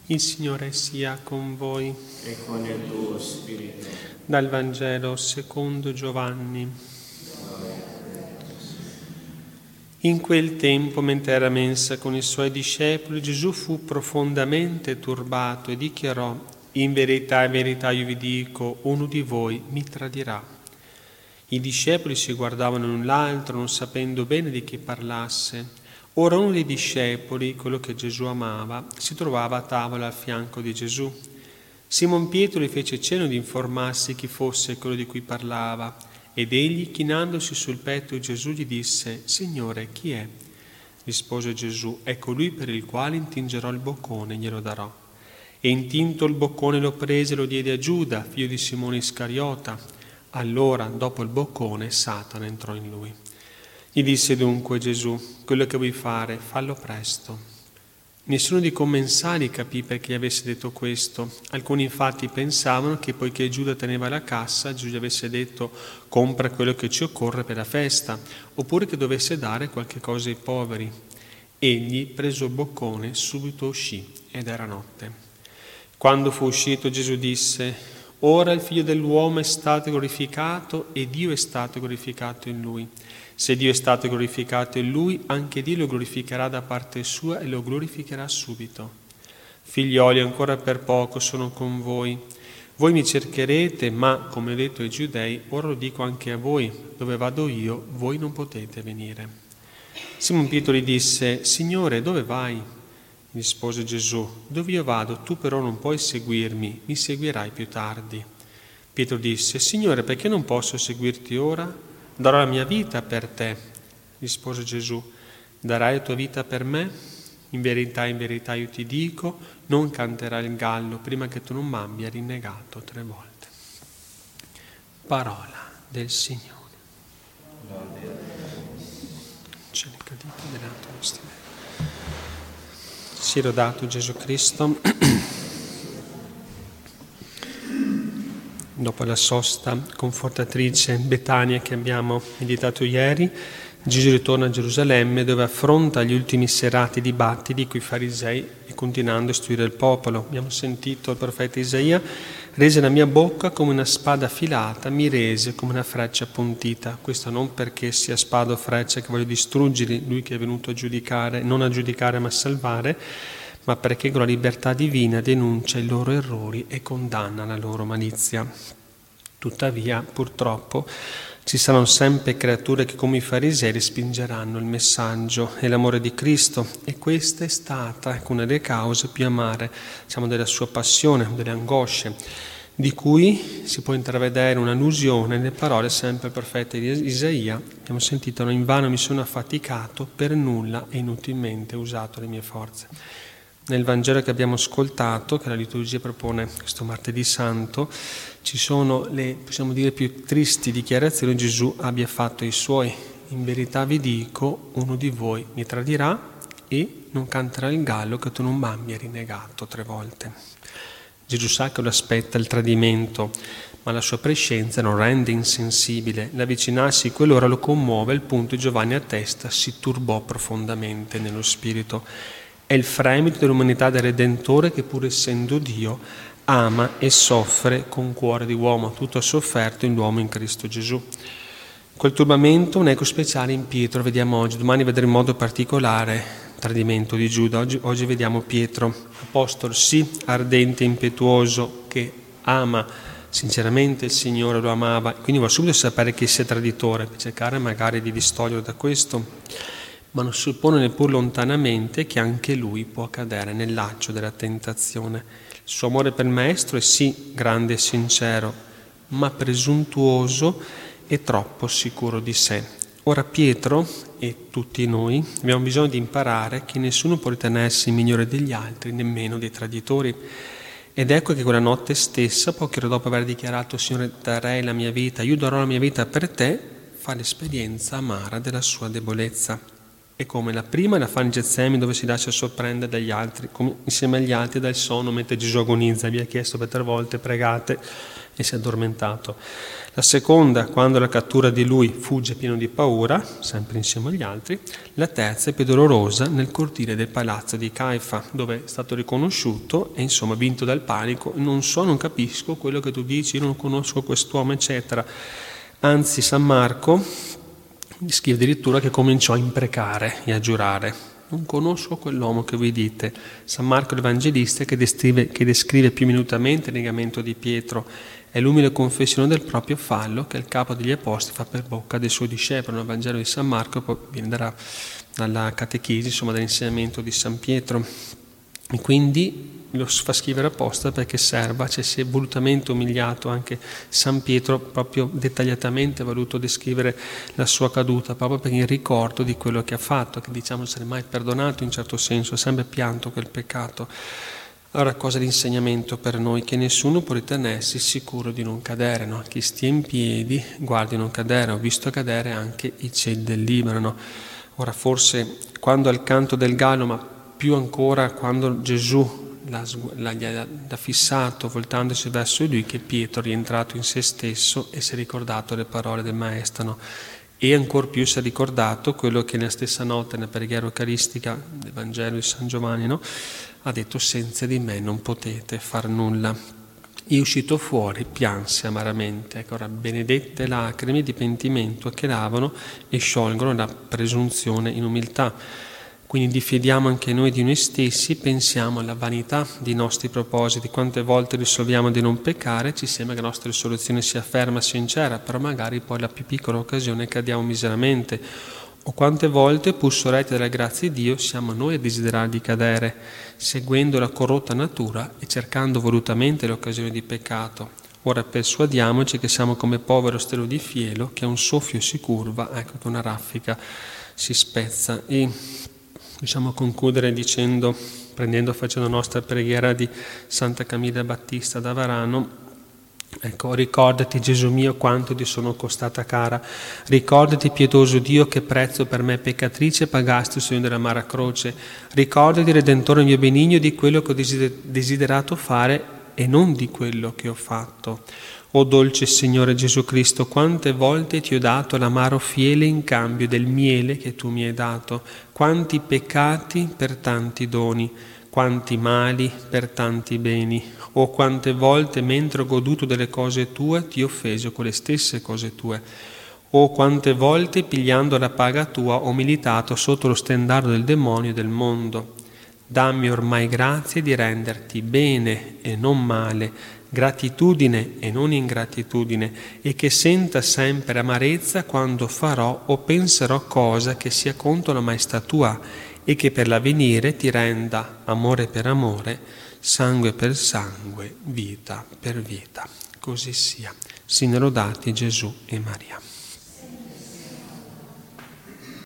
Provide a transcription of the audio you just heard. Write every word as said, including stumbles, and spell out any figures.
Il Signore sia con voi. E con il tuo spirito. Dal Vangelo secondo Giovanni. In quel tempo, mentre era a mensa con i suoi discepoli, Gesù fu profondamente turbato e dichiarò: in verità, in verità io vi dico, uno di voi mi tradirà. I discepoli si guardavano l'un l'altro, non sapendo bene di chi parlasse. Ora uno dei discepoli, quello che Gesù amava, si trovava a tavola al fianco di Gesù. Simon Pietro gli fece cenno di informarsi chi fosse quello di cui parlava, ed egli, chinandosi sul petto di Gesù, gli disse: Signore, chi è? Rispose Gesù: è colui per il quale intingerò il boccone e glielo darò. E intinto il boccone lo prese e lo diede a Giuda, figlio di Simone Iscariota. Allora, dopo il boccone, Satana entrò in lui. Gli disse dunque Gesù: quello che vuoi fare, fallo presto. Nessuno dei commensali capì perché gli avesse detto questo. Alcuni infatti pensavano che poiché Giuda teneva la cassa, Gesù gli avesse detto: compra quello che ci occorre per la festa, oppure che dovesse dare qualche cosa ai poveri. Egli, preso il boccone, subito uscì, ed era notte. Quando fu uscito, Gesù disse: ora il Figlio dell'uomo è stato glorificato e Dio è stato glorificato in lui. Se Dio è stato glorificato in lui, anche Dio lo glorificherà da parte sua e lo glorificherà subito. Figlioli, ancora per poco sono con voi. Voi mi cercherete, ma, come ho detto ai Giudei, ora lo dico anche a voi: dove vado io, voi non potete venire. Simon Pietro gli disse: Signore, dove vai? Rispose Gesù: dove io vado, tu però non puoi seguirmi, mi seguirai più tardi. Pietro disse: Signore, perché non posso seguirti ora? Darò la mia vita per te. Rispose Gesù: darai la tua vita per me? In verità, in verità io ti dico, non canterai il gallo prima che tu non mi abbia rinnegato tre volte. Parola del Signore. Ce ne cadete dell'altro stile. Sia lodato Gesù Cristo. Dopo la sosta confortatrice Betania che abbiamo meditato ieri, Gesù ritorna a Gerusalemme, dove affronta gli ultimi serati dibattiti con i farisei e continuando a istruire il popolo. Abbiamo sentito il profeta Isaia: rese la mia bocca come una spada affilata, mi rese come una freccia appuntita. Questo non perché sia spada o freccia che voglio distruggere lui che è venuto a giudicare, non a giudicare ma a salvare, ma perché con la libertà divina denuncia i loro errori e condanna la loro malizia. Tuttavia, purtroppo, ci saranno sempre creature che come i farisei respingeranno il messaggio e l'amore di Cristo, e questa è stata una delle cause più amare, diciamo, della sua passione, delle angosce, di cui si può intravedere un'allusione nelle parole sempre del profeta Isaia. Abbiamo sentito: non invano mi sono affaticato, per nulla e inutilmente ho usato le mie forze. Nel Vangelo che abbiamo ascoltato, che la liturgia propone questo martedì santo, ci sono le, possiamo dire, più tristi dichiarazioni che Gesù abbia fatto ai suoi. In verità vi dico, uno di voi mi tradirà e non canterà il gallo che tu non mi abbia rinnegato tre volte. Gesù sa che lo aspetta il tradimento, ma la sua prescienza non rende insensibile. L'avvicinarsi di quell'ora lo commuove, al punto che Giovanni attesta si turbò profondamente nello spirito. È il fremito dell'umanità del Redentore che, pur essendo Dio, ama e soffre con cuore di uomo. Tutto ha sofferto in l'uomo in Cristo Gesù. Quel turbamento, un eco speciale in Pietro, vediamo oggi. Domani vedremo in modo particolare il tradimento di Giuda. Oggi, oggi vediamo Pietro, apostolo sì, ardente e impetuoso, che ama sinceramente il Signore, lo amava. Quindi vuole subito sapere chi sia traditore, per cercare magari di distoglierlo da questo. Ma non suppone neppur lontanamente che anche lui può cadere nel laccio della tentazione. Il suo amore per il Maestro è sì grande e sincero, ma presuntuoso e troppo sicuro di sé. Ora Pietro e tutti noi abbiamo bisogno di imparare che nessuno può ritenersi migliore degli altri, nemmeno dei traditori. Ed ecco che quella notte stessa, poche ore dopo aver dichiarato: Signore, darei la mia vita, io darò la mia vita per te, fa l'esperienza amara della sua debolezza. è come la prima la fa in Getsemani, dove si lascia sorprendere dagli altri, come insieme agli altri dal sonno mentre Gesù agonizza. Vi ha chiesto per tre volte, pregate, e si è addormentato. La seconda, quando la cattura di lui, fugge pieno di paura, sempre insieme agli altri. La terza è più dolorosa nel cortile del palazzo di Caifa, dove è stato riconosciuto e insomma vinto dal panico. Non so, non capisco quello che tu dici, io non conosco quest'uomo, eccetera. Anzi, San Marco scrive addirittura che cominciò a imprecare e a giurare: non conosco quell'uomo che voi dite. San Marco l'Evangelista che descrive, che descrive più minutamente il negamento di Pietro è l'umile confessione del proprio fallo che il capo degli apostoli fa per bocca dei suoi discepoli. Nel Vangelo di San Marco poi viene dalla, dalla catechesi, insomma dall'insegnamento di San Pietro, e quindi lo fa scrivere apposta perché serva, cioè si è volutamente umiliato anche San Pietro, proprio dettagliatamente ha voluto descrivere la sua caduta, proprio per il ricordo di quello che ha fatto, che diciamo non se n'è mai perdonato in certo senso, ha sempre pianto quel peccato. Allora, cosa di insegnamento per noi? Che nessuno può ritenersi sicuro di non cadere, no? Chi stia in piedi guardi non cadere. Ho visto cadere anche i cieli del Libano. Ora, forse quando al canto del gallo, ma più ancora quando Gesù l'ha, l'ha, l'ha fissato voltandosi verso lui, che Pietro è rientrato in se stesso e si è ricordato le parole del Maestro, no? E ancor più si è ricordato quello che nella stessa notte, nella preghiera eucaristica del Vangelo di San Giovanni, no? Ha detto: senza di me non potete far nulla. E uscito fuori pianse amaramente. Ecco, ora, benedette lacrime di pentimento che lavano e sciolgono la presunzione in umiltà. Quindi diffidiamo anche noi di noi stessi, pensiamo alla vanità dei nostri propositi. Quante volte risolviamo di non peccare, ci sembra che la nostra risoluzione sia ferma, sincera, però magari poi alla più piccola occasione cadiamo miseramente. O quante volte, pur sorretti dalla grazia di Dio, siamo noi a desiderare di cadere, seguendo la corrotta natura e cercando volutamente le occasioni di peccato. Ora persuadiamoci che siamo come povero stelo di fielo, che a un soffio si curva, ecco che una raffica si spezza. E possiamo concludere dicendo, prendendo, facendo nostra preghiera di Santa Camilla Battista da Varano: ecco, ricordati, Gesù mio, quanto ti sono costata cara. Ricordati, pietoso Dio, che prezzo per me peccatrice pagasti il segno dell'amara croce. Ricordati, Redentore mio benigno, di quello che ho desiderato fare e non di quello che ho fatto. O dolce Signore Gesù Cristo, quante volte ti ho dato l'amaro fiele in cambio del miele che tu mi hai dato. Quanti peccati per tanti doni, quanti mali per tanti beni. O quante volte, mentre ho goduto delle cose tue, ti ho offeso con le stesse cose tue. O quante volte, pigliando la paga tua, ho militato sotto lo stendardo del demonio e del mondo. Dammi ormai grazie di renderti bene e non male, gratitudine e non ingratitudine, e che senta sempre amarezza quando farò o penserò cosa che sia contro la maestà tua, e che per l'avvenire ti renda amore per amore, sangue per sangue, vita per vita. Così sia. Siano lodati Gesù e Maria.